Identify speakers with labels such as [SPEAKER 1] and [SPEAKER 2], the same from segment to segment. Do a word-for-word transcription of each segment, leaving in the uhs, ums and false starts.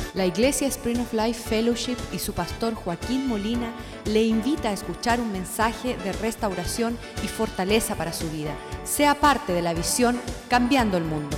[SPEAKER 1] La Iglesia Spring of Life Fellowship y su pastor Joaquín Molina le invita a escuchar un mensaje de restauración y fortaleza para su vida. Sea parte de la visión Cambiando el Mundo.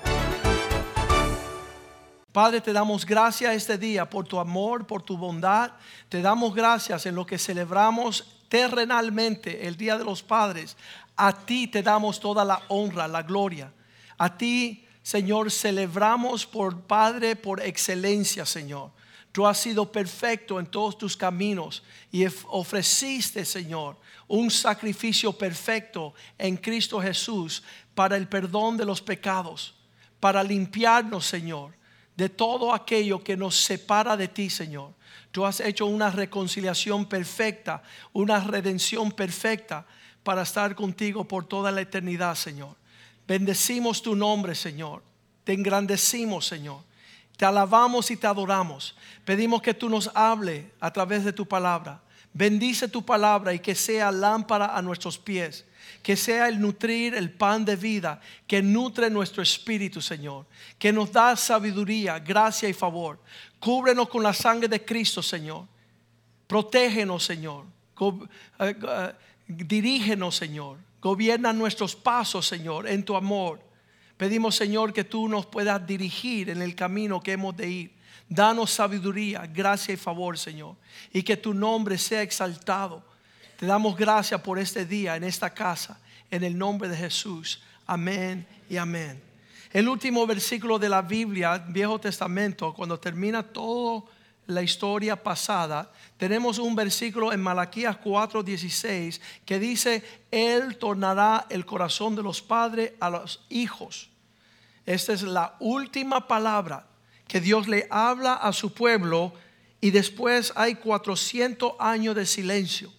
[SPEAKER 2] Padre, te damos gracias este día por tu amor, por tu bondad. Te damos gracias en lo que celebramos terrenalmente el Día de los Padres. A ti te damos toda la honra, la gloria. A ti, Señor, celebramos por Padre por excelencia, Señor. Tú has sido perfecto en todos tus caminos y ofreciste, Señor, un sacrificio perfecto en Cristo Jesús para el perdón de los pecados, para limpiarnos, Señor, de todo aquello que nos separa de ti, Señor. Tú has hecho una reconciliación perfecta, una redención perfecta para estar contigo por toda la eternidad, Señor. Bendecimos tu nombre, Señor. Te engrandecimos, Señor. Te alabamos y te adoramos. Pedimos que tú nos hables a través de tu palabra. Bendice tu palabra y que sea lámpara a nuestros pies. Que sea el nutrir, el pan de vida que nutre nuestro espíritu, Señor. Que nos da sabiduría, gracia y favor. Cúbrenos con la sangre de Cristo, Señor. Protégenos, Señor. Go- uh, uh, dirígenos, Señor. Gobierna nuestros pasos, Señor, en tu amor. Pedimos, Señor, que tú nos puedas dirigir en el camino que hemos de ir. Danos sabiduría, gracia y favor, Señor. Y que tu nombre sea exaltado. Te damos gracias por este día en esta casa, en el nombre de Jesús. Amén y amén. El último versículo de la Biblia, Viejo Testamento, cuando termina toda la historia pasada, tenemos un versículo en Malaquías cuatro dieciséis que dice: Él tornará el corazón de los padres a los hijos. Esta es la última palabra que Dios le habla a su pueblo, y después hay cuatrocientos años de silencio.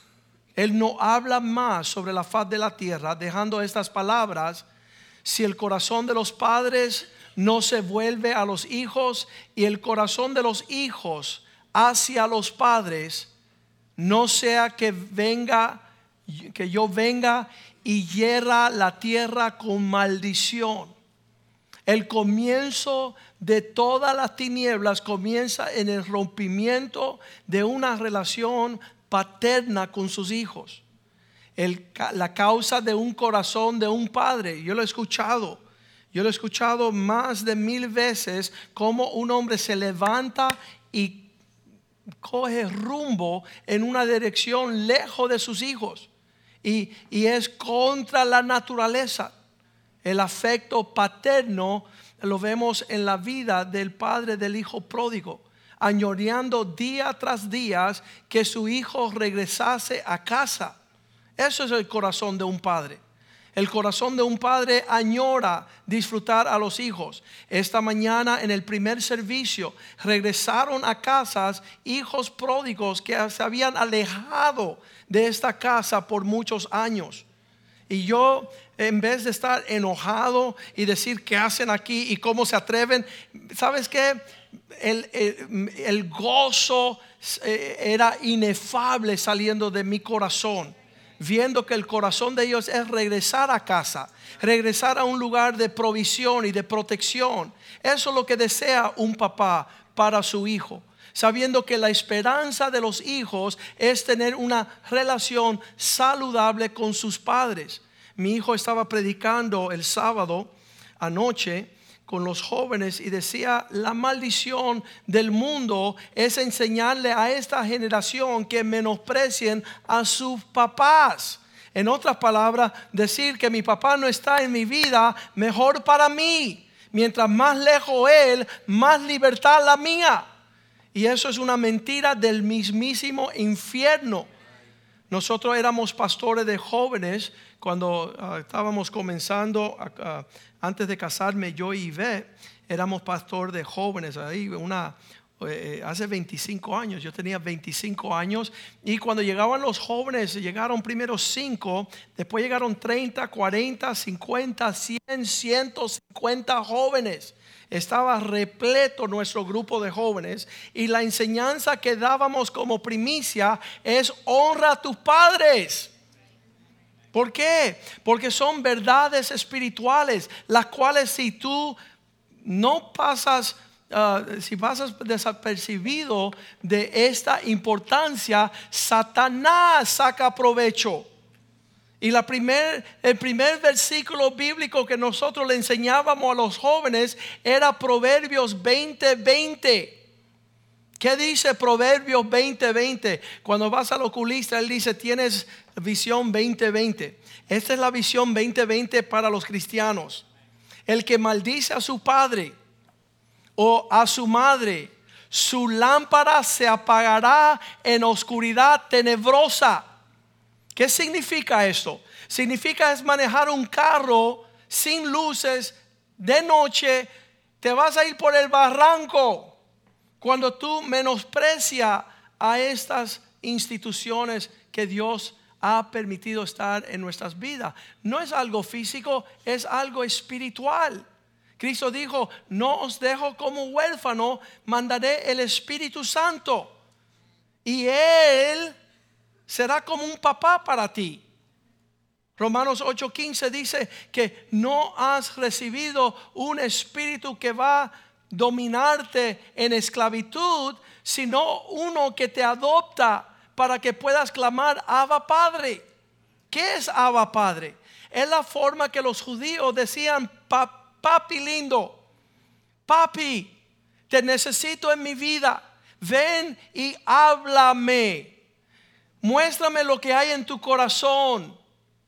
[SPEAKER 2] Él no habla más sobre la faz de la tierra, dejando estas palabras: si el corazón de los padres no se vuelve a los hijos, y el corazón de los hijos hacia los padres, no sea que venga, que yo venga y hiera la tierra con maldición. El comienzo de todas las tinieblas comienza en el rompimiento de una relación paterna con sus hijos. El, la causa de un corazón de un padre, yo lo he escuchado, yo lo he escuchado más de mil veces, como un hombre se levanta y coge rumbo en una dirección lejos de sus hijos, y, y es contra la naturaleza. El afecto paterno lo vemos en la vida del padre del hijo pródigo, añoreando día tras día que su hijo regresase a casa. Eso es el corazón de un padre. El corazón de un padre añora disfrutar a los hijos. Esta mañana en el primer servicio regresaron a casas hijos pródigos que se habían alejado de esta casa por muchos años. Y yo, en vez de estar enojado y decir qué hacen aquí y cómo se atreven, ¿sabes qué? El, el, el gozo era inefable saliendo de mi corazón, viendo que el corazón de ellos es regresar a casa, regresar a un lugar de provisión y de protección. Eso es lo que desea un papá para su hijo, sabiendo que la esperanza de los hijos es tener una relación saludable con sus padres. Mi hijo estaba predicando el sábado anoche con los jóvenes y decía: la maldición del mundo es enseñarle a esta generación que menosprecien a sus papás. En otras palabras, decir que mi papá no está en mi vida, mejor para mí. Mientras más lejos él, más libertad la mía. Y eso es una mentira del mismísimo infierno. Nosotros éramos pastores de jóvenes cuando uh, estábamos comenzando, uh, uh, antes de casarme yo y Ivette, éramos pastor de jóvenes ahí, una, eh, hace veinticinco años, yo tenía veinticinco años, y cuando llegaban los jóvenes, llegaron primero cinco, después llegaron treinta, cuarenta, cincuenta, cien, ciento cincuenta jóvenes. Estaba repleto nuestro grupo de jóvenes, y la enseñanza que dábamos como primicia es: honra a tus padres. ¿Por qué? Porque son verdades espirituales, las cuales si tú no pasas uh, si pasas desapercibido de esta importancia, Satanás saca provecho. Y la primer, el primer versículo bíblico que nosotros le enseñábamos a los jóvenes era Proverbios veinte veinte. ¿Qué dice Proverbios veinte veinte? Cuando vas al oculista, él dice, tienes visión veinte veinte. Esta es la visión veinte veinte para los cristianos. El que maldice a su padre o a su madre, su lámpara se apagará en oscuridad tenebrosa. ¿Qué significa esto? Significa es manejar un carro sin luces de noche. Te vas a ir por el barranco cuando tú menosprecias a estas instituciones que Dios ha permitido estar en nuestras vidas. No es algo físico, es algo espiritual. Cristo dijo, no os dejo como huérfano, mandaré el Espíritu Santo. Y Él será como un papá para ti. Romanos ocho quince dice que no has recibido un espíritu que va a dominarte en esclavitud, sino uno que te adopta para que puedas clamar Abba Padre. ¿Qué es Abba Padre? Es la forma que los judíos decían, papi lindo, papi, te necesito en mi vida, ven y háblame. Muéstrame lo que hay en tu corazón.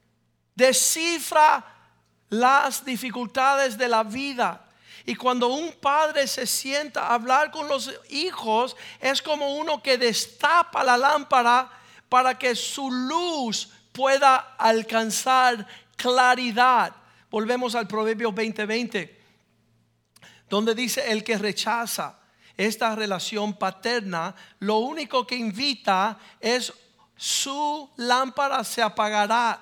[SPEAKER 2] Descifra las dificultades de la vida. Y cuando un padre se sienta a hablar con los hijos, es como uno que destapa la lámpara para que su luz pueda alcanzar claridad. Volvemos al Proverbios veinte veinte, donde dice, el que rechaza esta relación paterna, lo único que invita es su lámpara se apagará.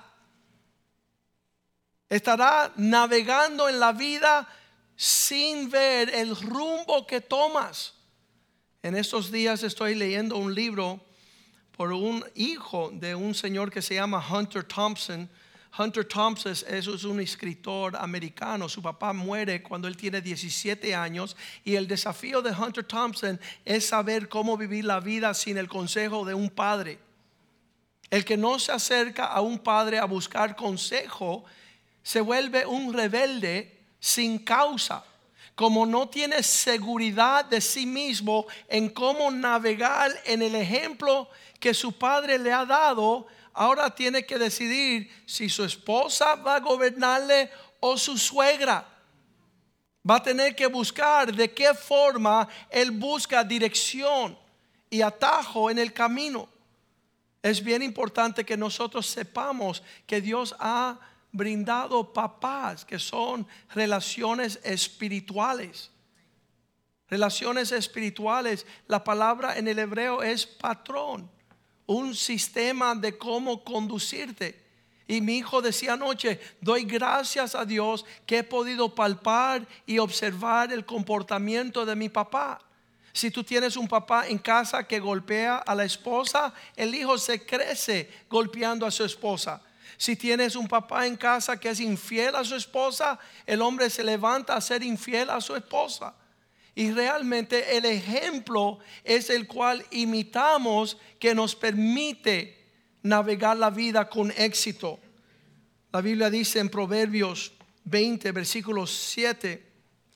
[SPEAKER 2] Estará navegando en la vida sin ver el rumbo que tomas. En estos días estoy leyendo un libro por un hijo de un señor que se llama Hunter Thompson. Hunter Thompson es, es un escritor americano. Su papá muere cuando él tiene diecisiete años, y el desafío de Hunter Thompson es saber cómo vivir la vida sin el consejo de un padre. El que no se acerca a un padre a buscar consejo se vuelve un rebelde sin causa. Como no tiene seguridad de sí mismo en cómo navegar en el ejemplo que su padre le ha dado, ahora tiene que decidir si su esposa va a gobernarle o su suegra. Va a tener que buscar de qué forma él busca dirección y atajo en el camino. Es bien importante que nosotros sepamos que Dios ha brindado papás que son relaciones espirituales. Relaciones espirituales, la palabra en el hebreo es patrón, un sistema de cómo conducirte. Y mi hijo decía anoche, doy gracias a Dios que he podido palpar y observar el comportamiento de mi papá. Si tú tienes un papá en casa que golpea a la esposa, el hijo se crece golpeando a su esposa. Si tienes un papá en casa que es infiel a su esposa, el hombre se levanta a ser infiel a su esposa. Y realmente el ejemplo es el cual imitamos, que nos permite navegar la vida con éxito. La Biblia dice en Proverbios veinte, versículo siete,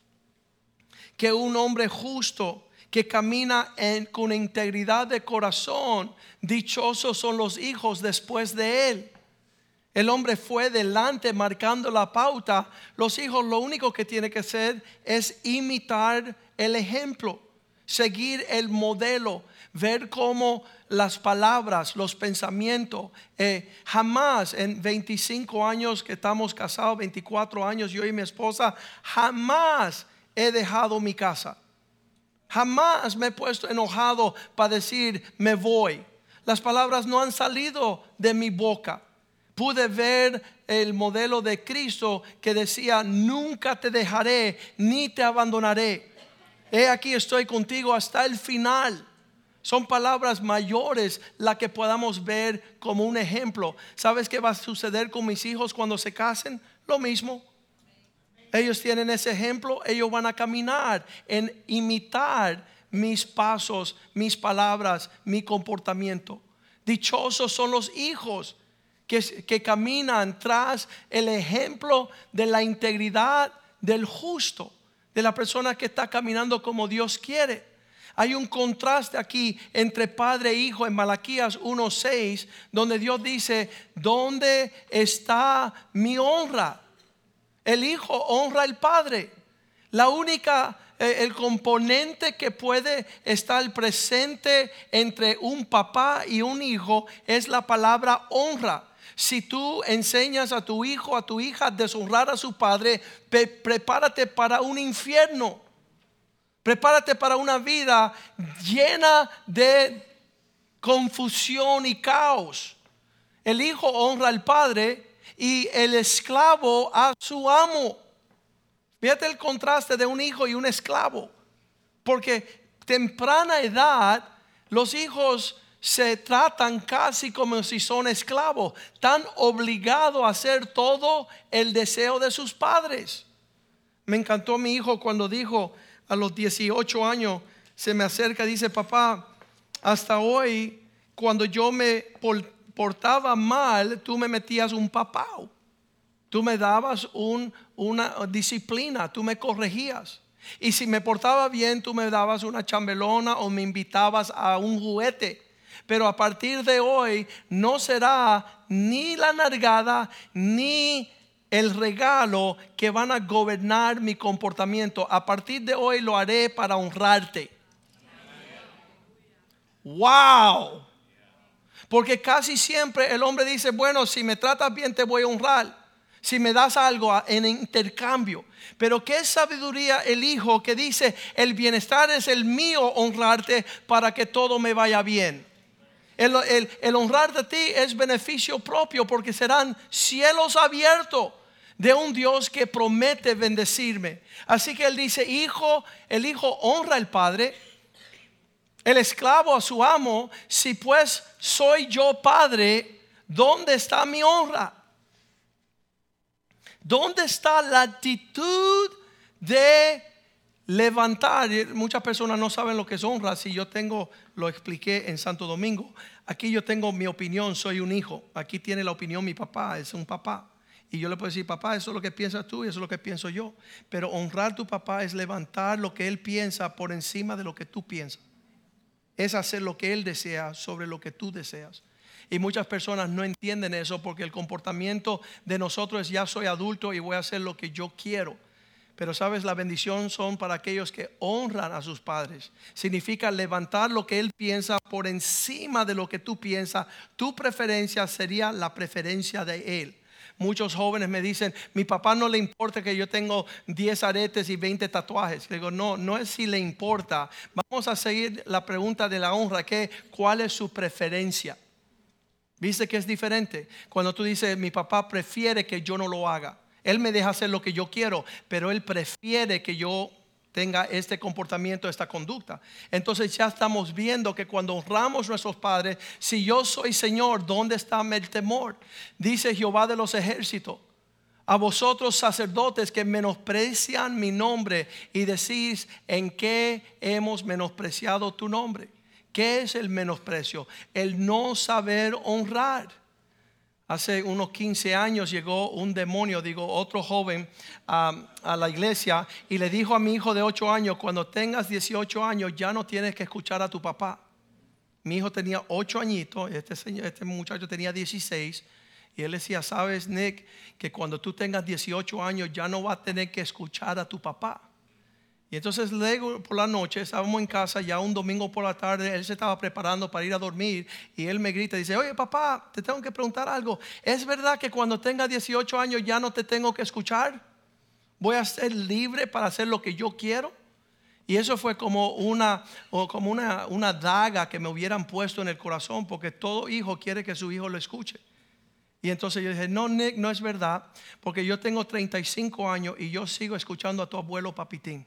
[SPEAKER 2] que un hombre justo que camina en, con integridad de corazón, dichosos son los hijos después de él. El hombre fue delante marcando la pauta. Los hijos lo único que tienen que hacer es imitar el ejemplo, seguir el modelo, ver cómo las palabras, los pensamientos. Eh, jamás en veinticinco años que estamos casados, veinticuatro años, yo y mi esposa, jamás he dejado mi casa. Jamás me he puesto enojado para decir me voy. Las palabras no han salido de mi boca. Pude ver el modelo de Cristo que decía, nunca te dejaré ni te abandonaré. He aquí estoy contigo hasta el final. Son palabras mayores las que podamos ver como un ejemplo. ¿Sabes qué va a suceder con mis hijos cuando se casen? Lo mismo. ellos tienen ese ejemplo, ellos van a caminar en imitar mis pasos, mis palabras, mi comportamiento. Dichosos son los hijos que, que caminan tras el ejemplo de la integridad del justo, de la persona que está caminando como Dios quiere. Hay un contraste aquí entre padre e hijo en Malaquías uno seis, donde Dios dice: ¿dónde está mi honra? El hijo honra al padre. La única eh, el componente que puede estar presente entre un papá y un hijo es la palabra honra. Si tú enseñas a tu hijo, a tu hija a deshonrar a su padre, pre- prepárate para un infierno. Prepárate para una vida llena de confusión y caos. El hijo honra al padre y el esclavo a su amo. Fíjate el contraste de un hijo y un esclavo. Porque temprana edad los hijos se tratan casi como si son esclavos. Están obligados a hacer todo el deseo de sus padres. Me encantó mi hijo cuando dijo a los dieciocho años, se me acerca y dice: papá, hasta hoy cuando yo me portaba mal, tú me metías un papao. Tú me dabas un, una disciplina, tú me corregías. Y si me portaba bien, tú me dabas una chambelona o me invitabas a un juguete. Pero a partir de hoy no será ni la nalgada ni el regalo que van a gobernar mi comportamiento. A partir de hoy lo haré para honrarte. Wow. Porque casi siempre el hombre dice: bueno, si me tratas bien te voy a honrar, si me das algo en intercambio. Pero qué sabiduría el hijo que dice: el bienestar es el mío, honrarte para que todo me vaya bien. El, el, el honrarte a ti es beneficio propio, porque serán cielos abiertos de un Dios que promete bendecirme. Así que él dice: hijo, el hijo honra al padre, el esclavo a su amo. Si pues soy yo padre, ¿dónde está mi honra? ¿Dónde está la actitud de levantar? Muchas personas no saben lo que es honra. Si yo tengo, lo expliqué en Santo Domingo. Aquí yo tengo mi opinión, soy un hijo. Aquí tiene la opinión mi papá, es un papá. Y yo le puedo decir: papá, eso es lo que piensas tú y eso es lo que pienso yo. Pero honrar a tu papá es levantar lo que él piensa por encima de lo que tú piensas. Es hacer lo que él desea sobre lo que tú deseas. Y muchas personas no entienden eso, porque el comportamiento de nosotros es: ya soy adulto y voy a hacer lo que yo quiero. Pero sabes, la bendición son para aquellos que honran a sus padres. Significa levantar lo que él piensa por encima de lo que tú piensas. Tu preferencia sería la preferencia de él. Muchos jóvenes me dicen: mi papá no le importa que yo tengo diez aretes y veinte tatuajes. Le digo: no, no es si le importa. Vamos a seguir la pregunta de la honra, que ¿cuál es su preferencia? ¿Viste que es diferente? Cuando tú dices: mi papá prefiere que yo no lo haga. Él me deja hacer lo que yo quiero, pero él prefiere que yo tenga este comportamiento, esta conducta. Entonces ya estamos viendo que cuando honramos a nuestros padres, si yo soy Señor, ¿dónde está el temor? Dice Jehová de los ejércitos: a vosotros sacerdotes que menosprecian mi nombre y decís: ¿en qué hemos menospreciado tu nombre? ¿Qué es el menosprecio? El no saber honrar. Hace unos quince años llegó un demonio, digo, otro joven um, a la iglesia, y le dijo a mi hijo de ocho años: cuando tengas dieciocho años ya no tienes que escuchar a tu papá. Mi hijo tenía ocho añitos, este, señor, este muchacho tenía dieciséis, y él decía: sabes, Nick, que cuando tú tengas dieciocho años ya no vas a tener que escuchar a tu papá. Y entonces luego por la noche estábamos en casa, ya un domingo por la tarde, él se estaba preparando para ir a dormir, y él me grita y dice: oye papá, te tengo que preguntar algo. ¿Es verdad que cuando tenga dieciocho años ya no te tengo que escuchar? ¿Voy a ser libre para hacer lo que yo quiero? Y eso fue como una, o como una, una daga que me hubieran puesto en el corazón, porque todo hijo quiere que su hijo lo escuche. Y entonces yo dije: no, Nick, no es verdad, porque yo tengo treinta y cinco años y yo sigo escuchando a tu abuelo Papitín.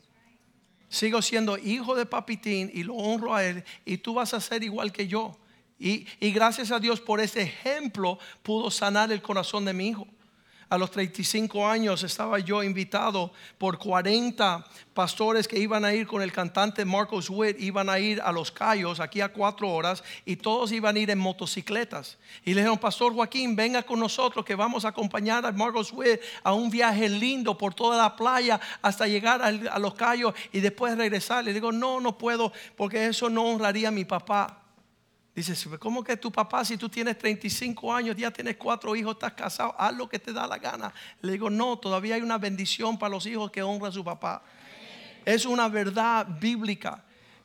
[SPEAKER 2] Sigo siendo hijo de Papitín y lo honro a él, y tú vas a ser igual que yo. Y, y gracias a Dios por ese ejemplo pudo sanar el corazón de mi hijo. A los treinta y cinco años estaba yo invitado por cuarenta pastores que iban a ir con el cantante Marcos Witt. Iban a ir a Los Cayos, aquí a cuatro horas, y todos iban a ir en motocicletas. Y le dijeron: Pastor Joaquín, venga con nosotros que vamos a acompañar a Marcos Witt a un viaje lindo por toda la playa hasta llegar a, a Los Cayos y después regresar. Le digo: no, no puedo, porque eso no honraría a mi papá. Dice: ¿cómo que tu papá, si tú tienes treinta y cinco años, ya tienes cuatro hijos, estás casado, haz lo que te da la gana? Le digo: no, todavía hay una bendición para los hijos que honran a su papá. Es una verdad bíblica.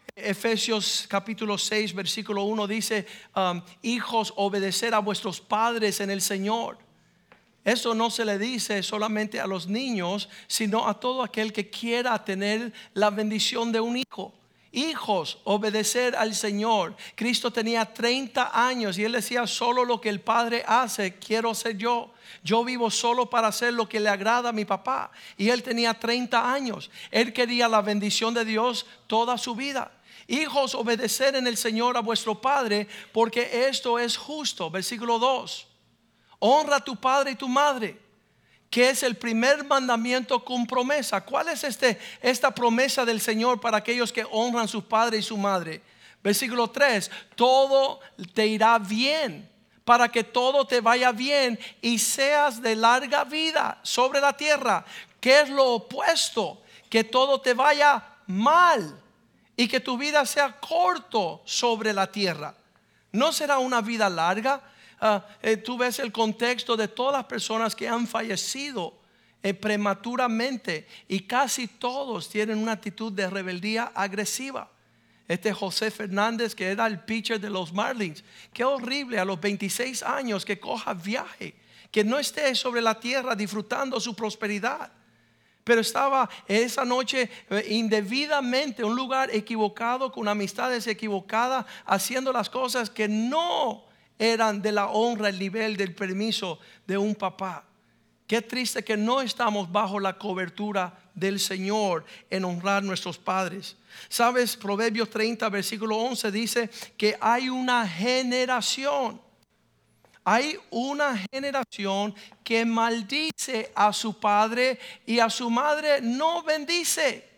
[SPEAKER 2] Efesios capítulo seis versículo uno dice: um, hijos, obedecer a vuestros padres en el Señor. Eso no se le dice solamente a los niños, sino a todo aquel que quiera tener la bendición de un hijo. Hijos, obedecer al Señor. Cristo tenía treinta años y él decía: solo lo que el Padre hace quiero hacer yo. Yo vivo solo para hacer lo que le agrada a mi papá. Y él tenía treinta años. Él quería la bendición de Dios toda su vida. Hijos, obedecer en el Señor a vuestro Padre, porque esto es justo. Versículo dos: honra a tu padre y tu madre, que es el primer mandamiento con promesa. ¿Cuál es este, esta promesa del Señor para aquellos que honran a su padre y su madre? Versículo tres: todo te irá bien, para que todo te vaya bien y seas de larga vida sobre la tierra. ¿Qué es lo opuesto? Que todo te vaya mal y que tu vida sea corto sobre la tierra. ¿No será una vida larga? Uh, eh, tú ves el contexto de todas las personas que han fallecido eh, prematuramente, y casi todos tienen una actitud de rebeldía agresiva. Este José Fernández, que era el pitcher de los Marlins, qué horrible a los veintiséis años que coja viaje, que no esté sobre la tierra disfrutando su prosperidad, pero estaba esa noche eh, indebidamente en un lugar equivocado, con amistades equivocadas, haciendo las cosas que no eran de la honra, el nivel del permiso de un papá. Qué triste que no estamos bajo la cobertura del Señor en honrar a nuestros padres. Sabes, Proverbios treinta versículo once dice que hay una generación, hay una generación que maldice a su padre y a su madre no bendice.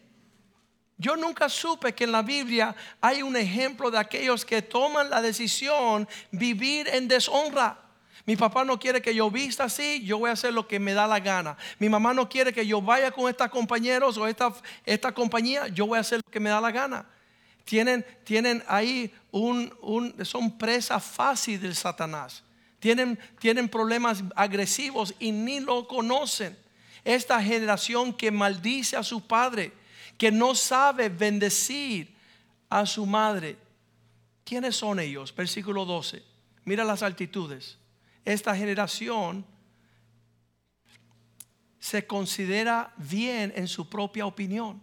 [SPEAKER 2] Yo nunca supe que en la Biblia hay un ejemplo de aquellos que toman la decisión vivir en deshonra. Mi papá no quiere que yo vista así, yo voy a hacer lo que me da la gana. Mi mamá no quiere que yo vaya con estos compañeros o esta, esta compañía, yo voy a hacer lo que me da la gana. Tienen, tienen ahí un, un, son presa fácil del Satanás. Tienen, tienen problemas agresivos y ni lo conocen. Esta generación que maldice a su padre, que no sabe bendecir a su madre. ¿Quiénes son ellos? Versículo doce. Mira las altitudes. Esta generación se considera bien en su propia opinión.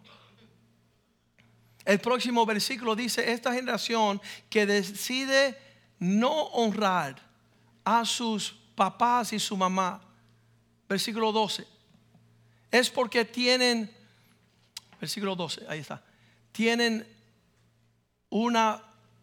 [SPEAKER 2] El próximo versículo dice: esta generación que decide no honrar a sus papás y su mamá. Versículo doce. Es porque tienen, versículo doce, ahí está, tienen una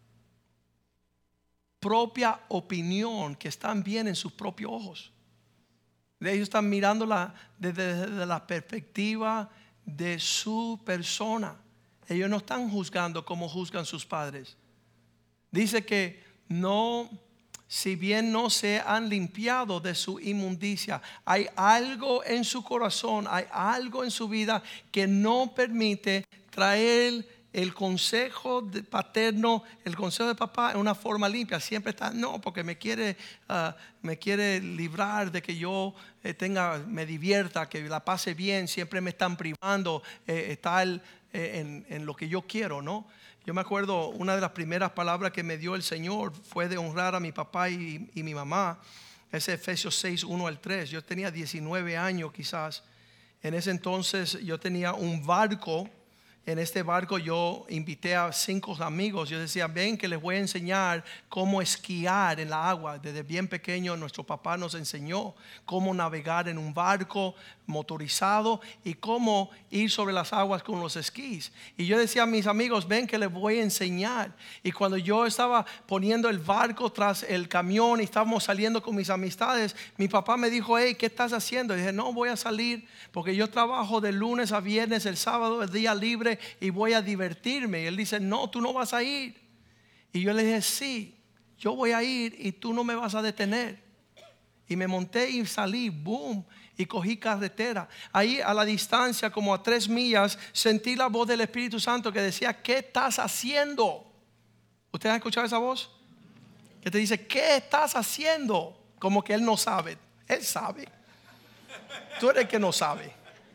[SPEAKER 2] propia opinión, que están bien en sus propios ojos. Ellos están mirándola desde, desde la perspectiva de su persona. Ellos no están juzgando como juzgan sus padres. Dice que no, si bien no se han limpiado de su inmundicia, hay algo en su corazón, hay algo en su vida que no permite traer el consejo de paterno, el consejo de papá en una forma limpia. Siempre está: no, porque me quiere, uh, me quiere librar de que yo eh, tenga, me divierta, que la pase bien. Siempre me están privando eh, estar eh, en, en lo que yo quiero, ¿no? Yo me acuerdo, una de las primeras palabras que me dio el Señor fue de honrar a mi papá y, y mi mamá. Es Efesios seis, uno al tres. Yo tenía diecinueve años quizás. En ese entonces yo tenía un barco en este barco yo invité a cinco amigos. Yo decía, ven que les voy a enseñar cómo esquiar en la agua. Desde bien pequeño nuestro papá nos enseñó cómo navegar en un barco motorizado y cómo ir sobre las aguas con los esquís. Y yo decía a mis amigos, ven que les voy a enseñar. Y cuando yo estaba poniendo el barco tras el camión y estábamos saliendo con mis amistades, mi papá me dijo, hey, ¿qué estás haciendo? Y dije, no, voy a salir porque yo trabajo de lunes a viernes, el sábado es día libre y voy a divertirme. Y él dice, no, tú no vas a ir. Y yo le dije, sí, yo voy a ir y tú no me vas a detener. Y me monté y salí, boom, y cogí carretera. Ahí a la distancia, como a tres millas, sentí la voz del Espíritu Santo que decía, ¿qué estás haciendo? ¿Usted ha escuchado esa voz? Que te dice, ¿qué estás haciendo? Como que él no sabe. Él sabe. Tú eres el que no sabe.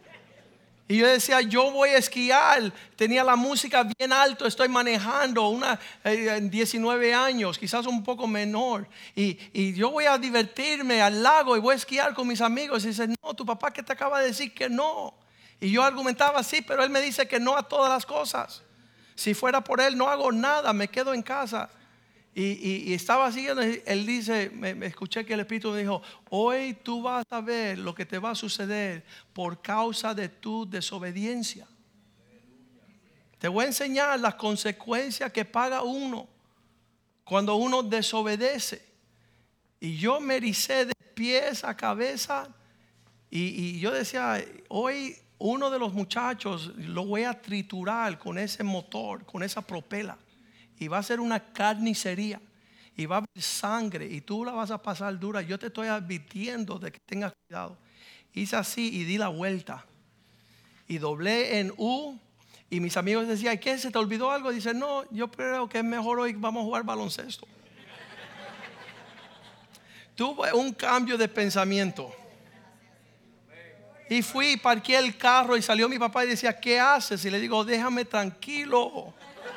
[SPEAKER 2] Y yo decía, yo voy a esquiar. Tenía la música bien alto. Estoy manejando una eh, diecinueve años, quizás un poco menor. Y, y yo voy a divertirme al lago y voy a esquiar con mis amigos. Y dice, no, tu papá que te acaba de decir que no. Y yo argumentaba, sí, pero él me dice que no a todas las cosas. Si fuera por él no hago nada, me quedo en casa. Y, y, y estaba siguiendo, él dice, me, me escuché que el Espíritu me dijo, hoy tú vas a ver lo que te va a suceder por causa de tu desobediencia. Te voy a enseñar las consecuencias que paga uno cuando uno desobedece. Y yo me ericé de pies a cabeza y, y yo decía, hoy uno de los muchachos lo voy a triturar con ese motor, con esa propela. Y va a ser una carnicería. Y va a haber sangre. Y tú la vas a pasar dura. Yo te estoy advirtiendo de que tengas cuidado. Hice así y di la vuelta. Y doblé en U. Y mis amigos decían, ¿qué? ¿Se te olvidó algo? Dice, no, yo creo que es mejor hoy vamos a jugar baloncesto. Tuve un cambio de pensamiento. Y fui, parqué el carro y salió mi papá y decía, ¿qué haces? Y le digo, déjame tranquilo.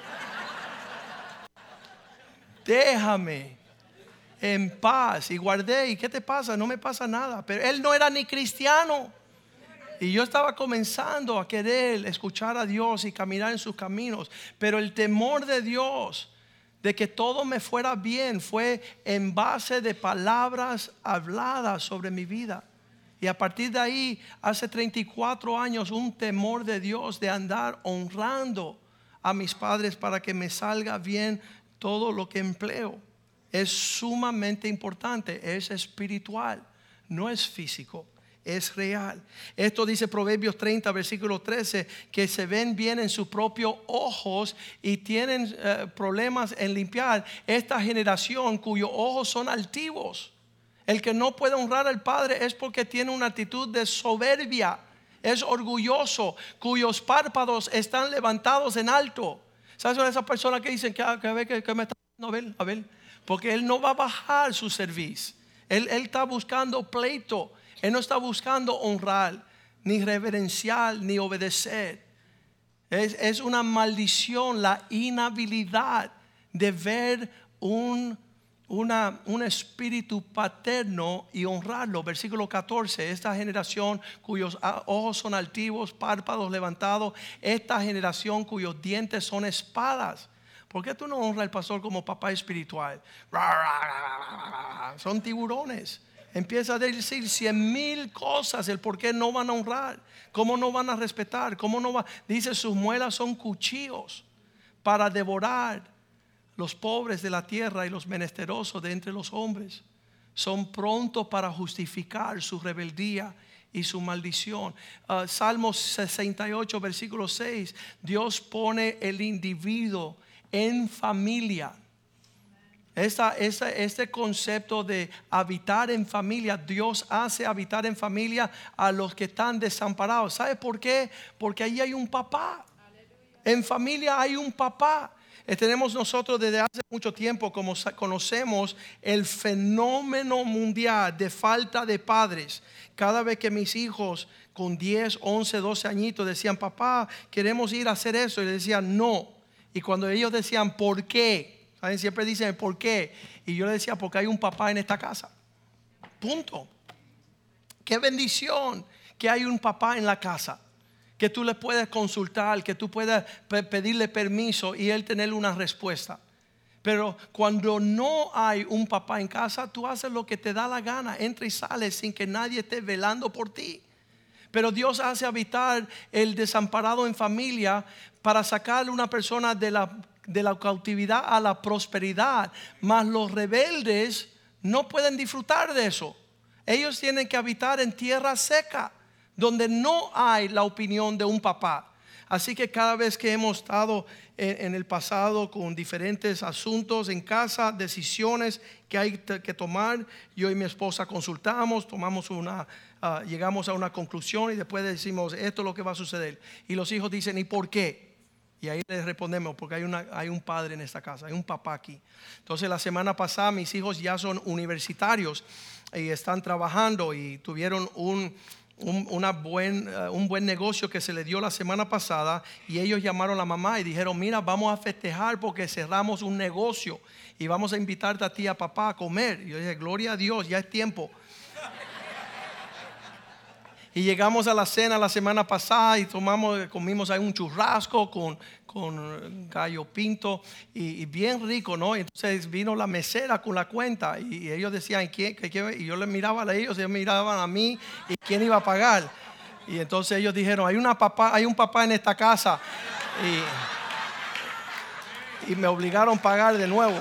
[SPEAKER 2] Déjame en paz. Y guardé. ¿Y qué te pasa? No me pasa nada. Pero él no era ni cristiano. Y yo estaba comenzando a querer escuchar a Dios y caminar en sus caminos. Pero el temor de Dios de que todo me fuera bien fue en base de palabras habladas sobre mi vida. Y a partir de ahí, hace treinta y cuatro años, un temor de Dios de andar honrando a mis padres para que me salga bien todo lo que empleo. Es sumamente importante, es espiritual, no es físico, es real. Esto dice Proverbios treinta, versículo trece, que se ven bien en sus propios ojos y tienen eh, problemas en limpiar esta generación cuyos ojos son altivos. El que no puede honrar al Padre es porque tiene una actitud de soberbia, es orgulloso, cuyos párpados están levantados en alto. ¿Sabes? Son esas personas que dicen que, que, que, que me está a ver, a ver, porque él no va a bajar su servicio. Él, él está buscando pleito. Él no está buscando honrar, ni reverenciar, ni obedecer. Es, es una maldición la inhabilidad de ver un, una, un espíritu paterno y honrarlo. Versículo catorce, esta generación cuyos ojos son altivos, párpados levantados, esta generación cuyos dientes son espadas. ¿Por qué tú no honras al pastor como papá espiritual? Son tiburones. Empieza a decir cien mil cosas el por qué no van a honrar, cómo no van a respetar, cómo no va. Dice, sus muelas son cuchillos para devorar los pobres de la tierra y los menesterosos de entre los hombres. Son prontos para justificar su rebeldía y su maldición. Uh, Salmos sesenta y ocho, versículo seis. Dios pone el individuo en familia. Esta, esta, este concepto de habitar en familia, Dios hace habitar en familia a los que están desamparados. ¿Sabe por qué? Porque ahí hay un papá. En familia hay un papá. Eh, tenemos nosotros desde hace mucho tiempo, como conocemos el fenómeno mundial de falta de padres. Cada vez que mis hijos con diez, once, doce añitos decían, papá, queremos ir a hacer eso, y le decían no. Y cuando ellos decían, ¿por qué? ¿Saben? Siempre dicen, ¿por qué? Y yo le decía, porque hay un papá en esta casa. Punto. Qué bendición que hay un papá en la casa. Que que tú le puedes consultar, que tú puedas pedirle permiso y él tener una respuesta. Pero cuando no hay un papá en casa, tú haces lo que te da la gana, entra y sales sin que nadie esté velando por ti. Pero Dios hace habitar el desamparado en familia para sacarle una persona de la, de la cautividad a la prosperidad. Mas los rebeldes no pueden disfrutar de eso. Ellos tienen que habitar en tierra seca, donde no hay la opinión de un papá. Así que cada vez que hemos estado en, en el pasado con diferentes asuntos en casa, decisiones que hay que tomar, yo y mi esposa consultamos, tomamos una, uh, llegamos a una conclusión y después decimos, esto es lo que va a suceder. Y los hijos dicen, ¿y por qué? Y ahí les respondemos, porque hay, una, hay un padre en esta casa, hay un papá aquí. Entonces la semana pasada mis hijos ya son universitarios y están trabajando y tuvieron un... Un, una buen, uh, un buen negocio que se le dio la semana pasada, y ellos llamaron a la mamá y dijeron, mira, vamos a festejar porque cerramos un negocio y vamos a invitarte a ti y a papá a comer. Y yo dije, gloria a Dios, ya es tiempo. Y llegamos a la cena la semana pasada y tomamos, comimos ahí un churrasco con, con gallo pinto y, y bien rico, ¿no? Entonces vino la mesera con la cuenta y, y ellos decían, ¿quién, qué, qué? Y yo les miraba a ellos, ellos miraban a mí y quién iba a pagar. Y entonces ellos dijeron, hay, una papá, hay un papá en esta casa. Y, y me obligaron a pagar de nuevo.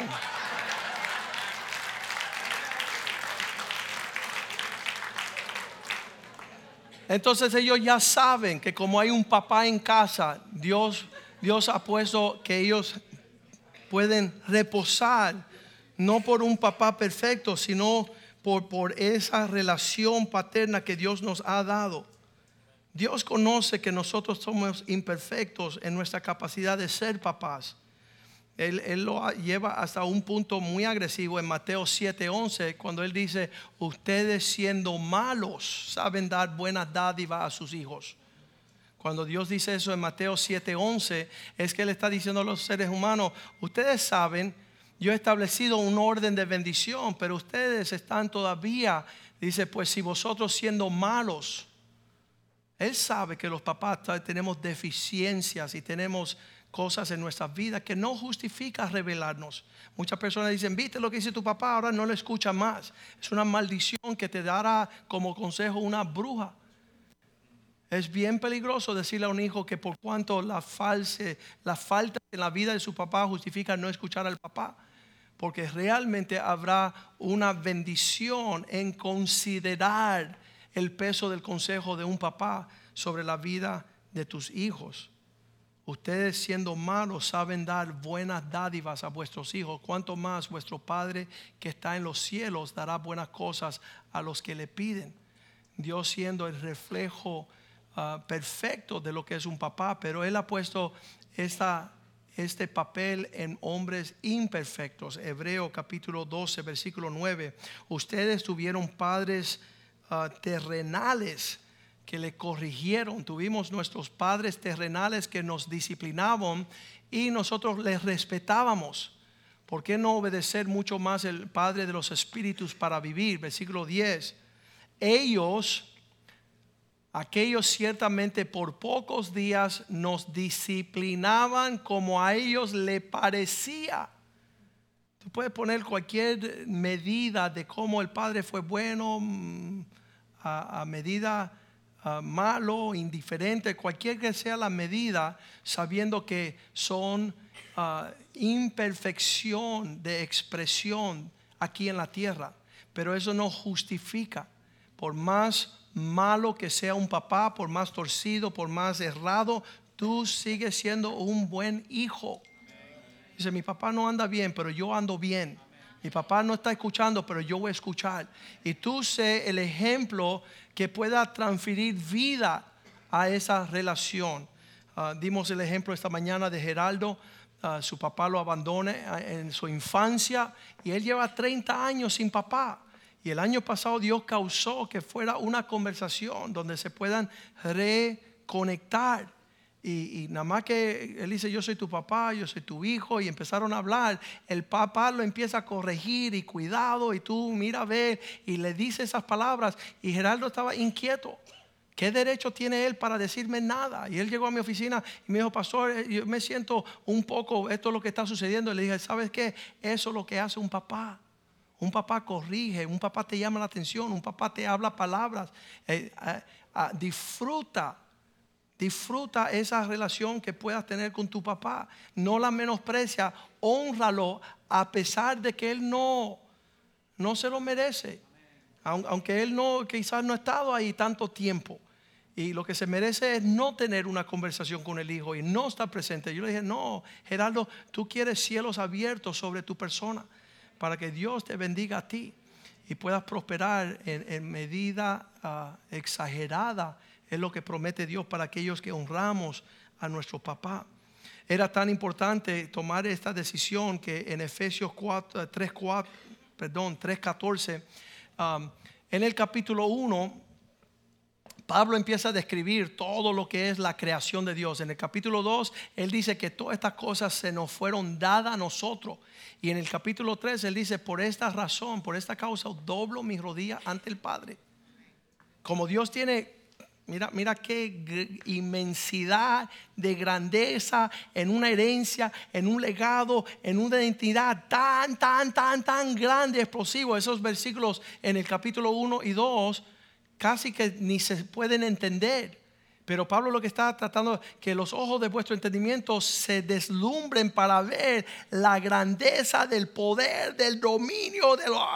[SPEAKER 2] Entonces ellos ya saben que como hay un papá en casa, Dios, Dios ha puesto que ellos pueden reposar, no por un papá perfecto, sino por, por esa relación paterna que Dios nos ha dado. Dios conoce que nosotros somos imperfectos en nuestra capacidad de ser papás. Él, él lo lleva hasta un punto muy agresivo en Mateo siete once, cuando él dice, ustedes siendo malos saben dar buenas dádivas a sus hijos. Cuando Dios dice eso en Mateo siete once, es que él está diciendo a los seres humanos, ustedes saben, yo he establecido un orden de bendición, pero ustedes están todavía, dice, pues si vosotros siendo malos. Él sabe que los papás tenemos deficiencias y tenemos cosas en nuestras vidas que no justifica revelarnos. Muchas personas dicen, viste lo que dice tu papá, ahora no lo escucha más. Es una maldición que te dará como consejo una bruja. Es bien peligroso decirle a un hijo que por cuanto la, false, la falta en la vida de su papá justifica no escuchar al papá. Porque realmente habrá una bendición en considerar el peso del consejo de un papá sobre la vida de tus hijos. Ustedes siendo malos saben dar buenas dádivas a vuestros hijos. Cuanto más vuestro Padre que está en los cielos dará buenas cosas a los que le piden. Dios siendo el reflejo uh, perfecto de lo que es un papá, pero Él ha puesto esta, este papel en hombres imperfectos. Hebreo capítulo doce versículo nueve. Ustedes tuvieron padres uh, terrenales que le corrigieron. Tuvimos nuestros padres terrenales que nos disciplinaban y nosotros les respetábamos. ¿Por qué no obedecer mucho más el Padre de los Espíritus para vivir? Versículo diez. Ellos, aquellos ciertamente por pocos días nos disciplinaban como a ellos le parecía. Tú puedes poner cualquier medida de cómo el Padre fue bueno, a, a medida Uh, malo, indiferente, cualquier que sea la medida, sabiendo que son uh, imperfección de expresión aquí en la tierra. Pero eso no justifica, por más malo que sea un papá, por más torcido, por más errado, tú sigues siendo un buen hijo. Dice, mi papá no anda bien, pero yo ando bien. Mi papá no está escuchando, pero yo voy a escuchar. Y tú sé el ejemplo que pueda transferir vida a esa relación. Uh, dimos el ejemplo esta mañana de Geraldo. Uh, su papá lo abandona en su infancia y él lleva treinta años sin papá. Y el año pasado Dios causó que fuera una conversación donde se puedan reconectar. Y, y nada más que él dice, yo soy tu papá, yo soy tu hijo, y empezaron a hablar. El papá lo empieza a corregir y cuidado, y tú mira a ver y le dice esas palabras. Y Geraldo estaba inquieto, ¿Qué derecho tiene él para decirme nada? Y él llegó a mi oficina y me dijo, pastor, yo me siento un poco, esto es lo que está sucediendo. Y le dije, ¿sabes qué? Eso es lo que hace un papá. Un papá corrige, un papá te llama la atención, un papá te habla palabras. Eh, eh, eh, disfruta, disfruta esa relación que puedas tener con tu papá. No la menosprecia, hónralo a pesar de que él no, no se lo merece. Aunque él no, quizás no ha estado ahí tanto tiempo. Y lo que se merece es no tener una conversación con el hijo y no estar presente. Yo le dije, no, Gerardo, tú quieres cielos abiertos sobre tu persona para que Dios te bendiga a ti y puedas prosperar en, en medida uh, exagerada. Es lo que promete Dios para aquellos que honramos a nuestro papá. Era tan importante tomar esta decisión que en Efesios tres catorce Um, en el capítulo uno, Pablo empieza a describir todo lo que es la creación de Dios. En el capítulo dos, él dice que todas estas cosas se nos fueron dadas a nosotros. Y en el capítulo tres, él dice, por esta razón, por esta causa, doblo mis rodillas ante el Padre. Como Dios tiene... Mira, mira qué inmensidad de grandeza en una herencia, en un legado, en una identidad tan, tan, tan, tan grande, explosivo. Esos versículos en el capítulo uno y dos casi que ni se pueden entender. Pero Pablo lo que está tratando, que los ojos de vuestro entendimiento se deslumbren para ver la grandeza del poder, del dominio, de lo...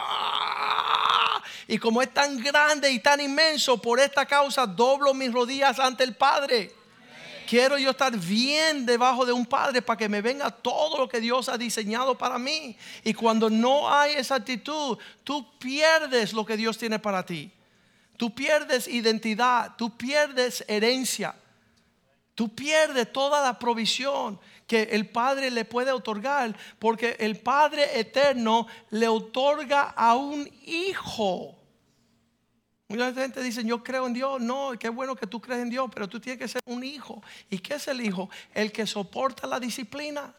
[SPEAKER 2] Y como es tan grande y tan inmenso, por esta causa doblo mis rodillas ante el Padre. Amén. Quiero yo estar bien debajo de un Padre para que me venga todo lo que Dios ha diseñado para mí. Y cuando no hay esa actitud, tú pierdes lo que Dios tiene para ti. Tú pierdes identidad, tú pierdes herencia. Tú pierdes toda la provisión que el Padre le puede otorgar, porque el Padre eterno le otorga a un hijo. Mucha gente dice, yo creo en Dios. No, qué bueno que tú crees en Dios, pero tú tienes que ser un hijo. ¿Y qué es el hijo? El que soporta la disciplina.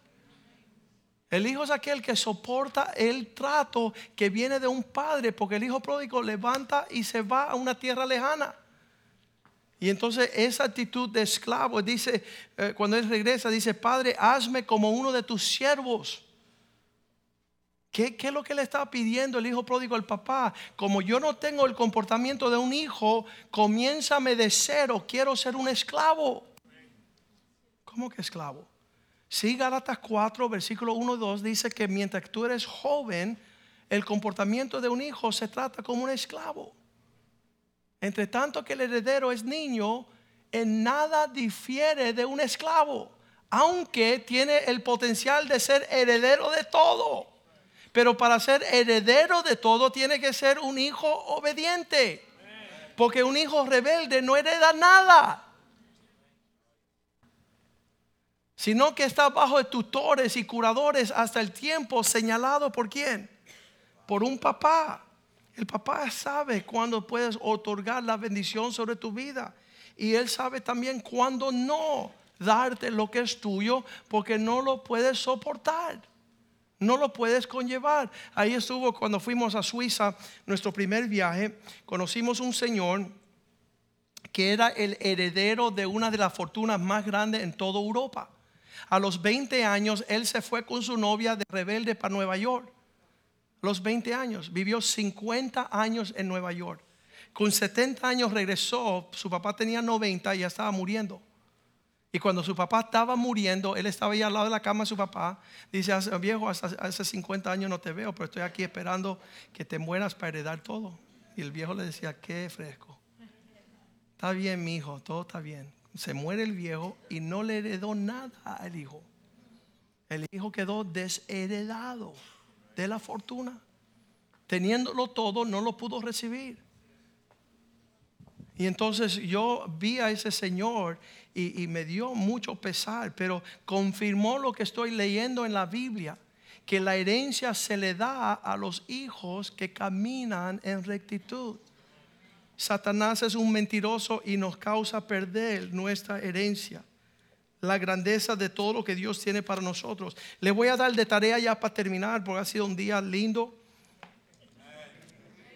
[SPEAKER 2] El hijo es aquel que soporta el trato que viene de un padre, porque el hijo pródigo levanta y se va a una tierra lejana. Y entonces esa actitud de esclavo, dice, eh, cuando él regresa, dice, Padre, hazme como uno de tus siervos. ¿Qué, ¿Qué es lo que le estaba pidiendo el hijo pródigo al papá? Como yo no tengo el comportamiento de un hijo, comiénzame de cero, quiero ser un esclavo. ¿Cómo que esclavo? Sí, Gálatas cuatro, versículo uno y dos dice que mientras tú eres joven, el comportamiento de un hijo se trata como un esclavo. Entre tanto que el heredero es niño, en nada difiere de un esclavo, aunque tiene el potencial de ser heredero de todo. Pero para ser heredero de todo tiene que ser un hijo obediente, porque un hijo rebelde no hereda nada, sino que está bajo de tutores y curadores hasta el tiempo señalado. ¿Por quién? Por un papá. El papá sabe cuándo puedes otorgar la bendición sobre tu vida, y él sabe también cuándo no darte lo que es tuyo, porque no lo puedes soportar, no lo puedes conllevar. Ahí estuvo cuando fuimos a Suiza, nuestro primer viaje. Conocimos un señor que era el heredero de una de las fortunas más grandes en toda Europa. A los veinte años él se fue con su novia de rebelde para Nueva York. Los veinte años, vivió cincuenta años en Nueva York. Con setenta años regresó. Su papá tenía noventa y ya estaba muriendo. Y cuando su papá estaba muriendo, él estaba ahí al lado de la cama de su papá. Dice, viejo, hasta hace cincuenta años no te veo, pero estoy aquí esperando que te mueras para heredar todo. Y el viejo le decía, qué fresco. Está bien, mi hijo, todo está bien. Se muere el viejo y no le heredó nada al hijo. El hijo quedó desheredado de la fortuna. Teniéndolo todo, no lo pudo recibir. Y entonces yo vi a ese señor y, y me dio mucho pesar, pero confirmó lo que estoy leyendo en la Biblia, que la herencia se le da a los hijos que caminan en rectitud. Satanás es un mentiroso y nos causa perder nuestra herencia, la grandeza de todo lo que Dios tiene para nosotros. Le voy a dar de tarea ya para terminar, porque ha sido un día lindo.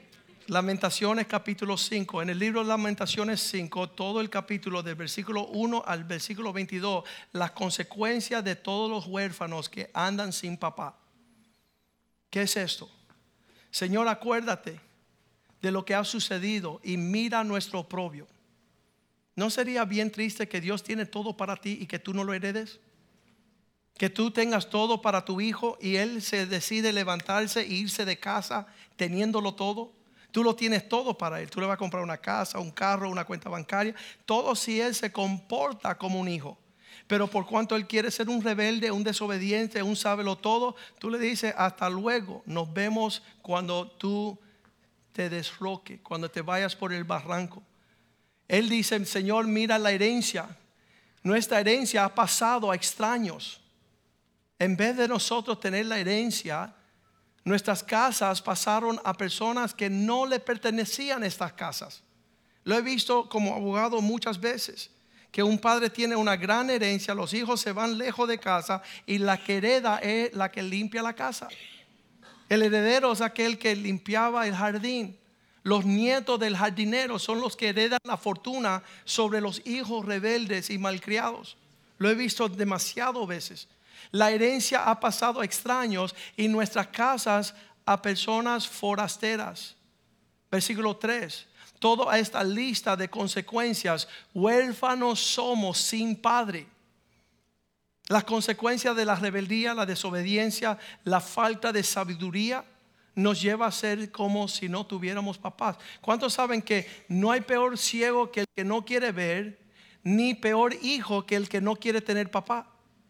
[SPEAKER 2] Lamentaciones capítulo cinco. En el libro de Lamentaciones cinco, todo el capítulo del versículo uno al versículo veintidós, las consecuencias de todos los huérfanos que andan sin papá. ¿Qué es esto? Señor, acuérdate de lo que ha sucedido y mira nuestro oprobio. ¿No sería bien triste que Dios tiene todo para ti y que tú no lo heredes? Que tú tengas todo para tu hijo y él se decide levantarse e irse de casa teniéndolo todo. Tú lo tienes todo para él. Tú le vas a comprar una casa, un carro, una cuenta bancaria. Todo si él se comporta como un hijo. Pero por cuanto él quiere ser un rebelde, un desobediente, un sábelo todo, tú le dices hasta luego. Nos vemos cuando tú te desroques, cuando te vayas por el barranco. Él dice, Señor, mira la herencia. Nuestra herencia ha pasado a extraños. En vez de nosotros tener la herencia, nuestras casas pasaron a personas que no le pertenecían a estas casas. Lo he visto como abogado muchas veces, que un padre tiene una gran herencia, los hijos se van lejos de casa y la que hereda es la que limpia la casa. El heredero es aquel que limpiaba el jardín. Los nietos del jardinero son los que heredan la fortuna sobre los hijos rebeldes y malcriados. Lo he visto demasiado veces. La herencia ha pasado a extraños y nuestras casas a personas forasteras. Versículo tres. Toda esta lista de consecuencias, huérfanos somos sin padre. Las consecuencias de la rebeldía, la desobediencia, la falta de sabiduría nos lleva a ser como si no tuviéramos papás. ¿Cuántos saben que no hay peor ciego que el que no quiere ver, ni peor hijo que el que no quiere tener papá?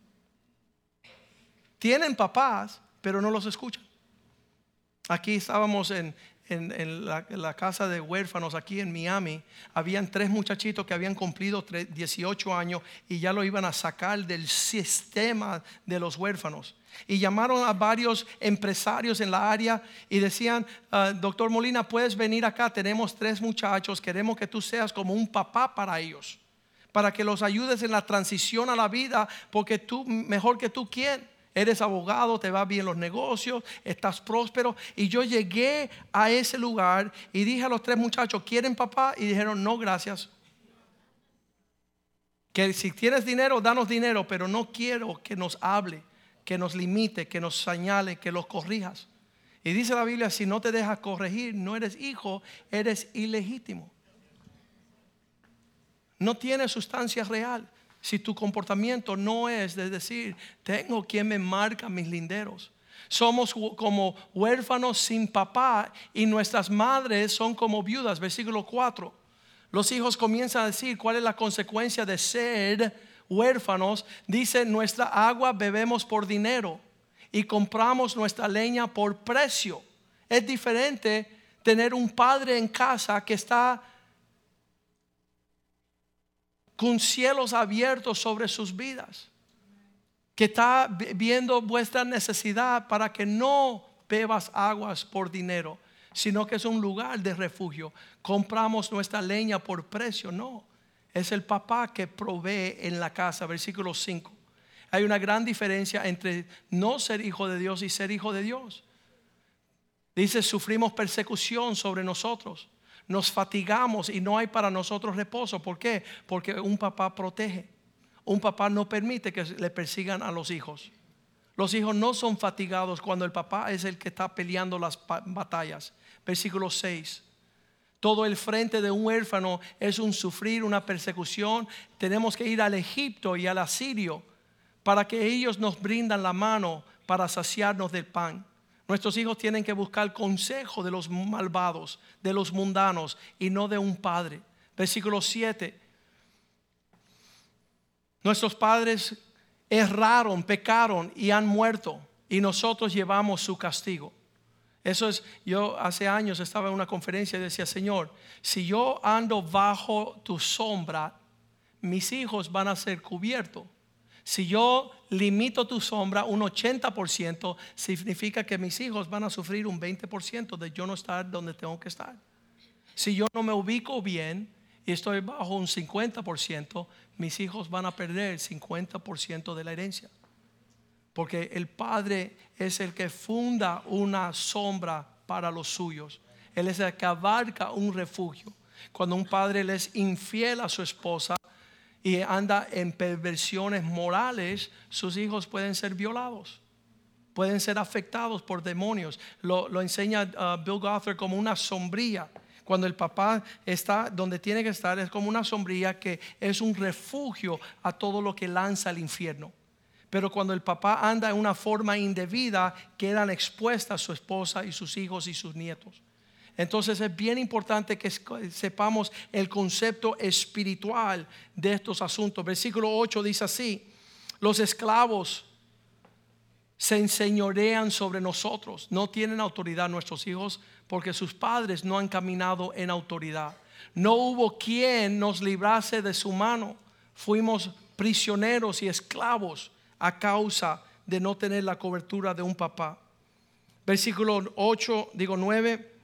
[SPEAKER 2] Tienen papás, pero no los escuchan. Aquí estábamos en, en, en, la, en la casa de huérfanos aquí en Miami. Habían tres muchachitos que habían cumplido dieciocho años y ya lo iban a sacar del sistema de los huérfanos. Y llamaron a varios empresarios en la área y decían, uh, doctor Molina, puedes venir acá, tenemos tres muchachos, queremos que tú seas como un papá para ellos, para que los ayudes en la transición a la vida, porque tú, mejor que tú, ¿quién? Eres abogado, te va bien los negocios, estás próspero. Y yo llegué a ese lugar y dije a los tres muchachos, ¿quieren papá? Y dijeron, no, gracias. Que si tienes dinero, danos dinero, pero no quiero que nos hable, que nos limite, que nos señale, que los corrijas. Y dice la Biblia, si no te dejas corregir, no eres hijo, eres ilegítimo. No tiene sustancia real. Si tu comportamiento no es de decir, tengo quien me marca mis linderos. Somos como huérfanos sin papá y nuestras madres son como viudas. Versículo cuatro. Los hijos comienzan a decir cuál es la consecuencia de ser huérfanos. Dice, nuestra agua bebemos por dinero y compramos nuestra leña por precio. Es diferente tener un padre en casa que está con cielos abiertos sobre sus vidas, que está viendo vuestra necesidad para que no bebas aguas por dinero, sino que es un lugar de refugio. Compramos nuestra leña por precio. No, es el papá que provee en la casa. Versículo cinco. Hay una gran diferencia entre no ser hijo de Dios y ser hijo de Dios. Dice, sufrimos persecución sobre nosotros, nos fatigamos y no hay para nosotros reposo. ¿Por qué? Porque un papá protege. Un papá no permite que le persigan a los hijos. Los hijos no son fatigados cuando el papá es el que está peleando las batallas. Versículo seis. Todo el frente de un huérfano es un sufrir, una persecución. Tenemos que ir al Egipto y al asirio para que ellos nos brindan la mano para saciarnos del pan. Nuestros hijos tienen que buscar consejo de los malvados, de los mundanos y no de un padre. Versículo siete. Nuestros padres erraron, pecaron y han muerto y nosotros llevamos su castigo. Eso es, yo hace años estaba en una conferencia y decía, Señor, si yo ando bajo tu sombra, mis hijos van a ser cubiertos. Si yo limito tu sombra un ochenta por ciento, significa que mis hijos van a sufrir un veinte por ciento de yo no estar donde tengo que estar. Si yo no me ubico bien y estoy bajo un cincuenta por ciento, mis hijos van a perder el cincuenta por ciento de la herencia. Porque el padre es el que funda una sombra para los suyos. Él es el que abarca un refugio. Cuando un padre le es infiel a su esposa y anda en perversiones morales, sus hijos pueden ser violados, pueden ser afectados por demonios. Lo, lo enseña uh, Bill Gothard como una sombrilla. Cuando el papá está donde tiene que estar, es como una sombrilla que es un refugio a todo lo que lanza al infierno. Pero cuando el papá anda en una forma indebida, quedan expuestas su esposa y sus hijos y sus nietos. Entonces es bien importante que sepamos el concepto espiritual de estos asuntos. Versículo ocho dice así: los esclavos se enseñorean sobre nosotros, no tienen autoridad nuestros hijos, porque sus padres no han caminado en autoridad. No hubo quien nos librase de su mano. Fuimos prisioneros y esclavos a causa de no tener la cobertura de un papá. Versículo ocho, digo nueve.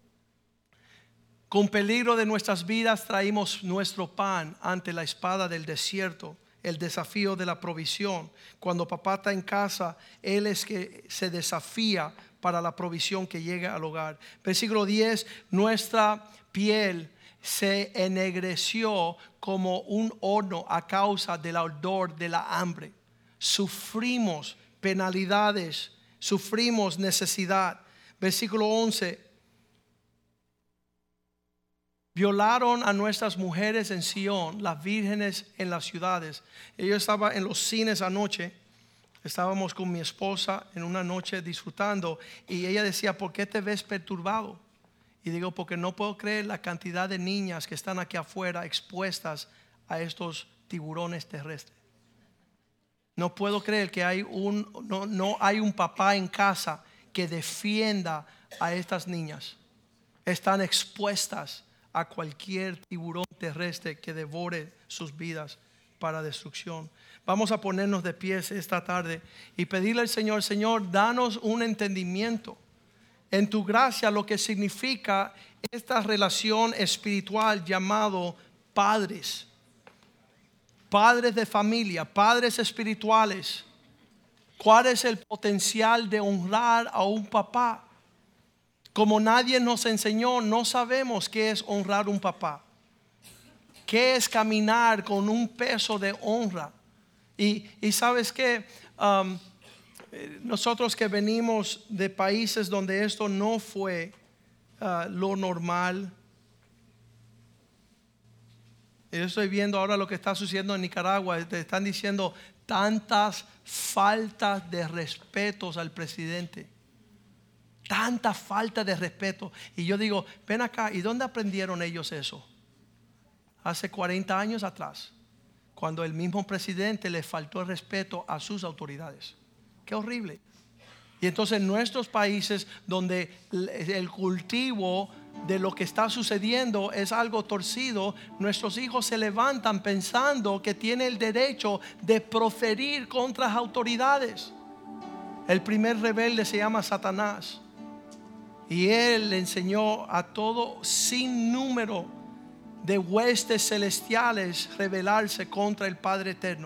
[SPEAKER 2] Con peligro de nuestras vidas traímos nuestro pan ante la espada del desierto, el desafío de la provisión. Cuando papá está en casa, él es que se desafía para la provisión que llega al hogar. Versículo diez, nuestra piel se ennegreció como un horno a causa del ardor de la hambre. Sufrimos penalidades, sufrimos necesidad. Versículo once, violaron a nuestras mujeres en Sión, las vírgenes en las ciudades. Yo estaba en los cines anoche. Estábamos con mi esposa en una noche disfrutando y ella decía, ¿por qué te ves perturbado? Y digo, porque no puedo creer la cantidad de niñas que están aquí afuera expuestas a estos tiburones terrestres. No puedo creer que hay un, no, no hay un papá en casa que defienda a estas niñas. Están expuestas a cualquier tiburón terrestre que devore sus vidas para destrucción. Vamos a ponernos de pies esta tarde y pedirle al Señor: Señor, danos un entendimiento en tu gracia lo que significa esta relación espiritual llamado padres, padres de familia, padres espirituales. ¿Cuál es el potencial de honrar a un papá? Como nadie nos enseñó, no sabemos qué es honrar a un papá. ¿Qué es caminar con un peso de honra? Y, y sabes que um, nosotros que venimos de países donde esto no fue uh, lo normal. Yo estoy viendo ahora lo que está sucediendo en Nicaragua. Te están diciendo tantas faltas de respetos al presidente. Tanta falta de respeto. Y yo digo, ven acá, ¿y dónde aprendieron ellos eso? Hace cuarenta años atrás, cuando el mismo presidente le faltó el respeto a sus autoridades. Qué horrible. Y entonces en nuestros países donde el cultivo de lo que está sucediendo es algo torcido, nuestros hijos se levantan pensando que tienen el derecho de proferir contra las autoridades. El primer rebelde se llama Satanás. Y él le enseñó a todo sin número de huestes celestiales rebelarse contra el Padre Eterno.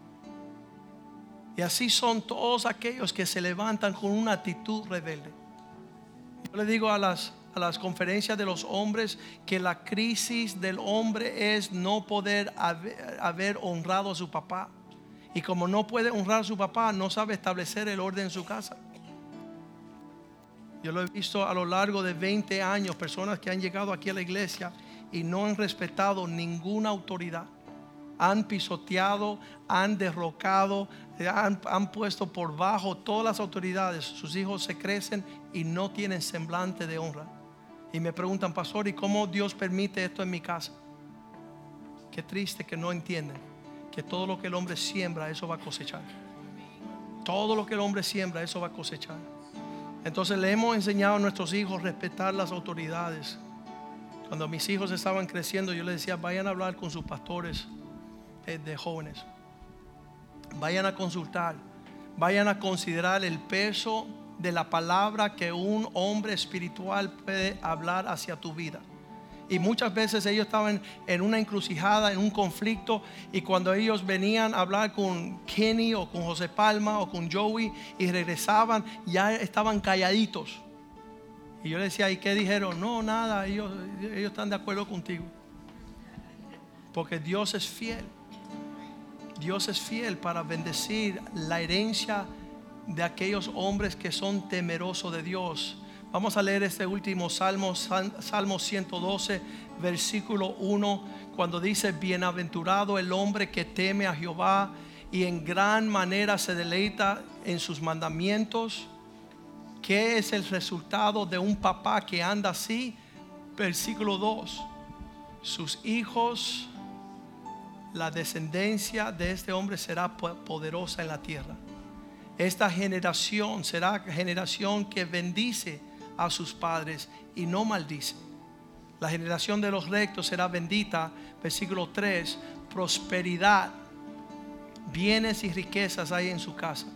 [SPEAKER 2] Y así son todos aquellos que se levantan con una actitud rebelde. Yo le digo a las, a las conferencias de los hombres que la crisis del hombre es no poder haber, haber honrado a su papá. Y como no puede honrar a su papá, no sabe establecer el orden en su casa. Yo lo he visto a lo largo de veinte años, personas que han llegado aquí a la iglesia y no han respetado ninguna autoridad. Han pisoteado, han derrocado, han, han puesto por bajo todas las autoridades. Sus hijos se crecen y no tienen semblante de honra. Y me preguntan, pastor, ¿y cómo Dios permite esto en mi casa? Qué triste que no entienden que todo lo que el hombre siembra, eso va a cosechar. Todo lo que el hombre siembra, eso va a cosechar. Entonces le hemos enseñado a nuestros hijos a respetar las autoridades. Cuando mis hijos estaban creciendo, yo les decía, vayan a hablar con sus pastores de jóvenes. Vayan a consultar. Vayan a considerar el peso de la palabra que un hombre espiritual puede hablar hacia tu vida. Y muchas veces ellos estaban en una encrucijada, en un conflicto, y cuando ellos venían a hablar con Kenny o con José Palma o con Joey y regresaban, ya estaban calladitos. Y yo le decía, ¿y qué dijeron? No, nada, ellos, ellos están de acuerdo contigo. Porque Dios es fiel. Dios es fiel para bendecir la herencia de aquellos hombres que son temerosos de Dios. Vamos a leer este último Salmo, Salmo ciento doce, versículo uno, cuando dice: bienaventurado el hombre que teme a Jehová y en gran manera se deleita en sus mandamientos. ¿Qué es el resultado de un papá que anda así? Versículo dos: sus hijos, la descendencia de este hombre será poderosa en la tierra. Esta generación será generación que bendice a sus padres y no maldice. La generación de los rectos será bendita. Versículo tres: prosperidad, bienes y riquezas hay en su casa.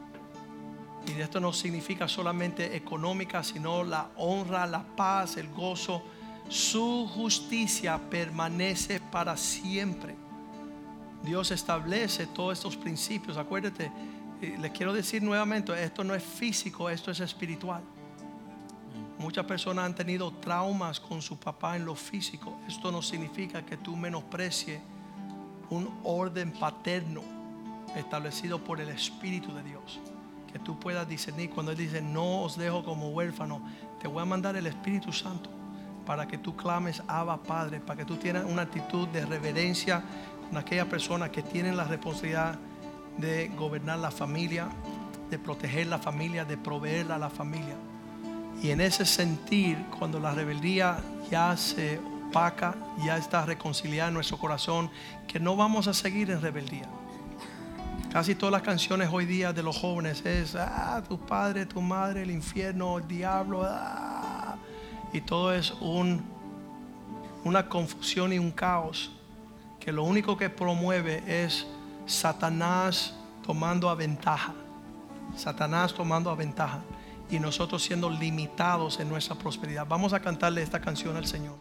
[SPEAKER 2] Y esto no significa solamente económica, sino la honra, la paz, el gozo. Su justicia permanece para siempre. Dios establece todos estos principios. Acuérdate, les quiero decir nuevamente, esto no es físico, esto es espiritual. Muchas personas han tenido traumas con su papá en lo físico. Esto no significa que tú menosprecies un orden paterno establecido por el Espíritu de Dios. Que tú puedas discernir cuando Él dice: no os dejo como huérfano, te voy a mandar el Espíritu Santo para que tú clames Abba Padre, para que tú tengas una actitud de reverencia con aquellas personas que tienen la responsabilidad de gobernar la familia, de proteger la familia, de proveerla a la familia. Y en ese sentir, cuando la rebeldía ya se opaca, ya está reconciliada en nuestro corazón, que no vamos a seguir en rebeldía. Casi todas las canciones hoy día de los jóvenes es: ah, tu padre, tu madre, el infierno, el diablo, ah. Y todo es un, una confusión y un caos que lo único que promueve es Satanás tomando a ventaja. Satanás tomando a ventaja y nosotros siendo limitados en nuestra prosperidad. Vamos a cantarle esta canción al Señor.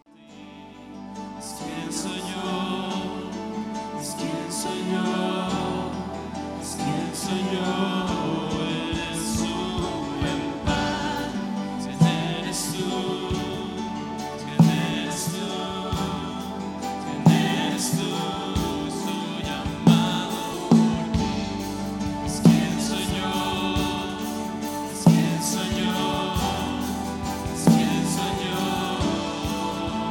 [SPEAKER 3] Es quien soy yo, es quien soy yo, es quien soy yo, eres tú, en paz, quién eres tú, quién eres tú, quién eres tú, soy amado por ti. Es quien soy yo, es quien soy yo, es quien soy yo.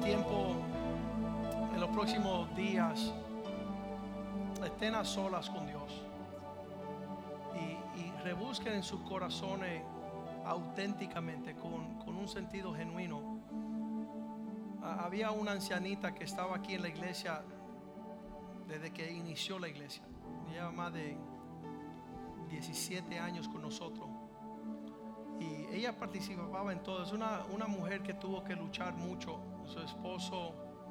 [SPEAKER 2] tiempo, en los próximos días, estén a solas con Dios y, y rebusquen en sus corazones auténticamente, con, con un sentido genuino. Ah, había una ancianita que estaba aquí en la iglesia desde que inició la iglesia. Lleva más de diecisiete años con nosotros. Y ella participaba en todo. Es una, una mujer que tuvo que luchar mucho. Su esposo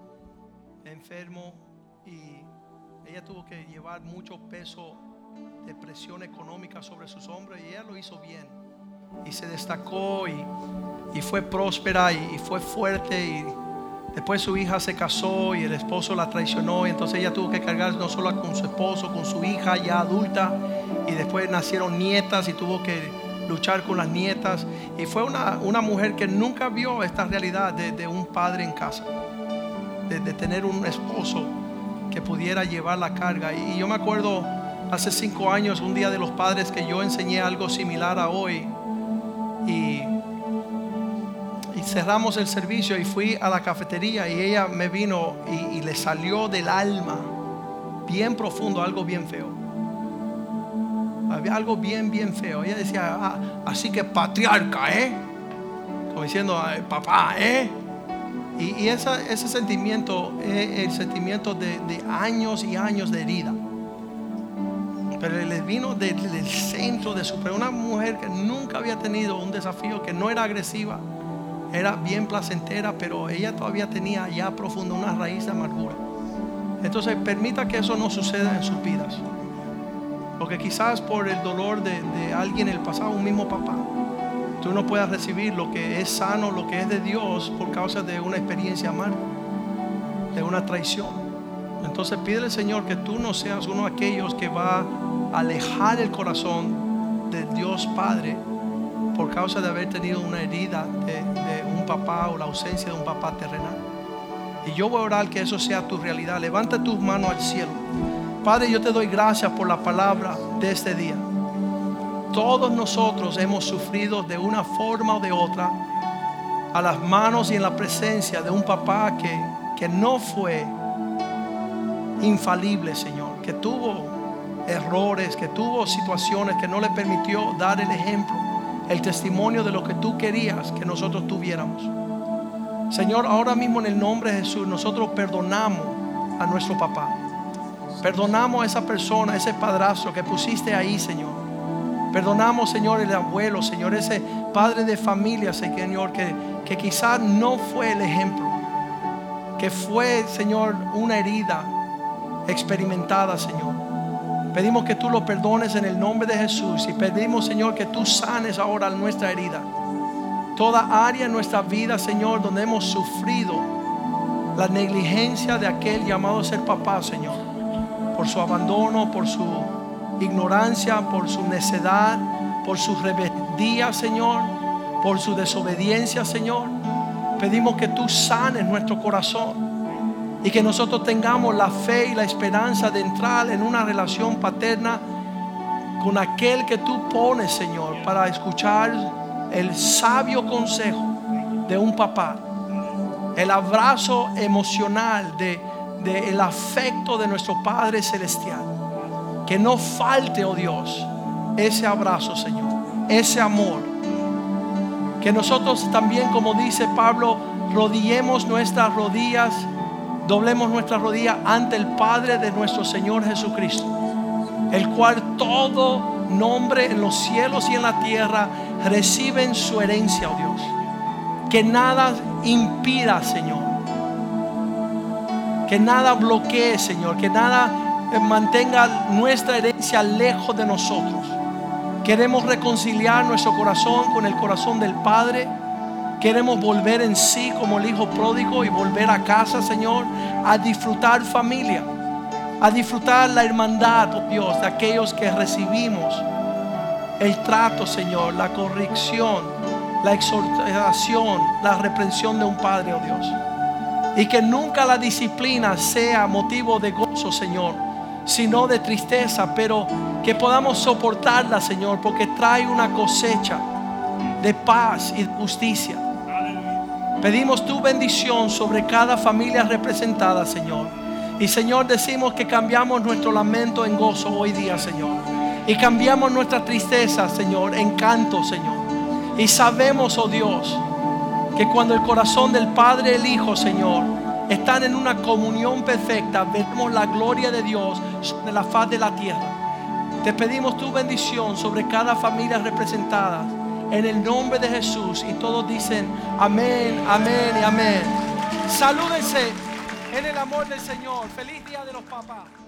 [SPEAKER 2] enfermo y ella tuvo que llevar mucho peso de presión económica sobre sus hombros, y ella lo hizo bien y se destacó y, y fue próspera y, y fue fuerte. Y después su hija se casó y el esposo la traicionó, y entonces ella tuvo que cargar no solo con su esposo, con su hija ya adulta, y después nacieron nietas y tuvo que luchar con las nietas. Y fue una, una mujer que nunca vio esta realidad de, de un padre en casa, de, de tener un esposo que pudiera llevar la carga. Y, y yo me acuerdo hace cinco años, un día de los padres, que yo enseñé algo similar a hoy, y, y cerramos el servicio y fui a la cafetería, y ella me vino y, y le salió del alma bien profundo algo bien feo. Había algo bien, bien feo. Ella decía, ah, así que patriarca, ¿eh? Como diciendo, papá, ¿eh? Y, y esa, ese sentimiento es el sentimiento de, de años y años de herida. Pero le vino del, del centro de su... Pero una mujer que nunca había tenido un desafío, que no era agresiva, era bien placentera, pero ella todavía tenía ya profunda una raíz de amargura. Entonces permita que eso no suceda en sus vidas. Porque quizás por el dolor de, de alguien en el pasado, un mismo papá, tú no puedas recibir lo que es sano, lo que es de Dios, por causa de una experiencia amarga, de una traición. Entonces pídele al Señor que tú no seas uno de aquellos que va a alejar el corazón de Dios Padre por causa de haber tenido una herida de, de un papá, o la ausencia de un papá terrenal. Y yo voy a orar que eso sea tu realidad. Levanta tus manos al cielo. Padre, yo te doy gracias por la palabra de este día. Todos nosotros hemos sufrido de una forma o de otra a las manos y en la presencia de un papá que, que no fue infalible, Señor, que tuvo errores, que tuvo situaciones que no le permitió dar el ejemplo, el testimonio de lo que tú querías que nosotros tuviéramos. Señor, ahora mismo en el nombre de Jesús, nosotros perdonamos a nuestro papá. Perdonamos a esa persona, a ese padrastro que pusiste ahí, Señor. Perdonamos, Señor, el abuelo, Señor, ese padre de familia, Señor, que, que quizás no fue el ejemplo, que fue, Señor, una herida experimentada, Señor. Pedimos que tú lo perdones en el nombre de Jesús, y pedimos, Señor, que tú sanes ahora nuestra herida. Toda área en nuestra vida, Señor, donde hemos sufrido la negligencia de aquel llamado a ser papá, Señor, por su abandono, por su ignorancia, por su necedad, por su rebeldía, Señor, por su desobediencia, Señor. Pedimos que tú sanes nuestro corazón y que nosotros tengamos la fe y la esperanza de entrar en una relación paterna con aquel que tú pones, Señor, para escuchar el sabio consejo de un papá, el abrazo emocional de del afecto de nuestro Padre Celestial. Que no falte, oh Dios, ese abrazo, Señor, ese amor. Que nosotros también, como dice Pablo, rodillemos nuestras rodillas, doblemos nuestras rodillas ante el Padre de nuestro Señor Jesucristo, el cual todo nombre en los cielos y en la tierra reciben su herencia, oh Dios. Que nada impida, Señor, que nada bloquee, Señor, que nada mantenga nuestra herencia lejos de nosotros. Queremos reconciliar nuestro corazón con el corazón del Padre. Queremos volver en sí como el hijo pródigo y volver a casa, Señor, a disfrutar familia, a disfrutar la hermandad, oh Dios, de aquellos que recibimos el trato, Señor, la corrección, la exhortación, la reprensión de un Padre, oh Dios. Y que nunca la disciplina sea motivo de gozo, Señor, sino de tristeza, pero que podamos soportarla, Señor, porque trae una cosecha de paz y de justicia. Pedimos tu bendición sobre cada familia representada, Señor. Y Señor, decimos que cambiamos nuestro lamento en gozo hoy día, Señor. Y cambiamos nuestra tristeza, Señor, en canto, Señor. Y sabemos, oh Dios, que cuando el corazón del Padre y el Hijo, Señor, están en una comunión perfecta, vemos la gloria de Dios sobre la faz de la tierra. Te pedimos tu bendición sobre cada familia representada, en el nombre de Jesús. Y todos dicen amén, amén y amén. Salúdense en el amor del Señor. Feliz Día de los Papás.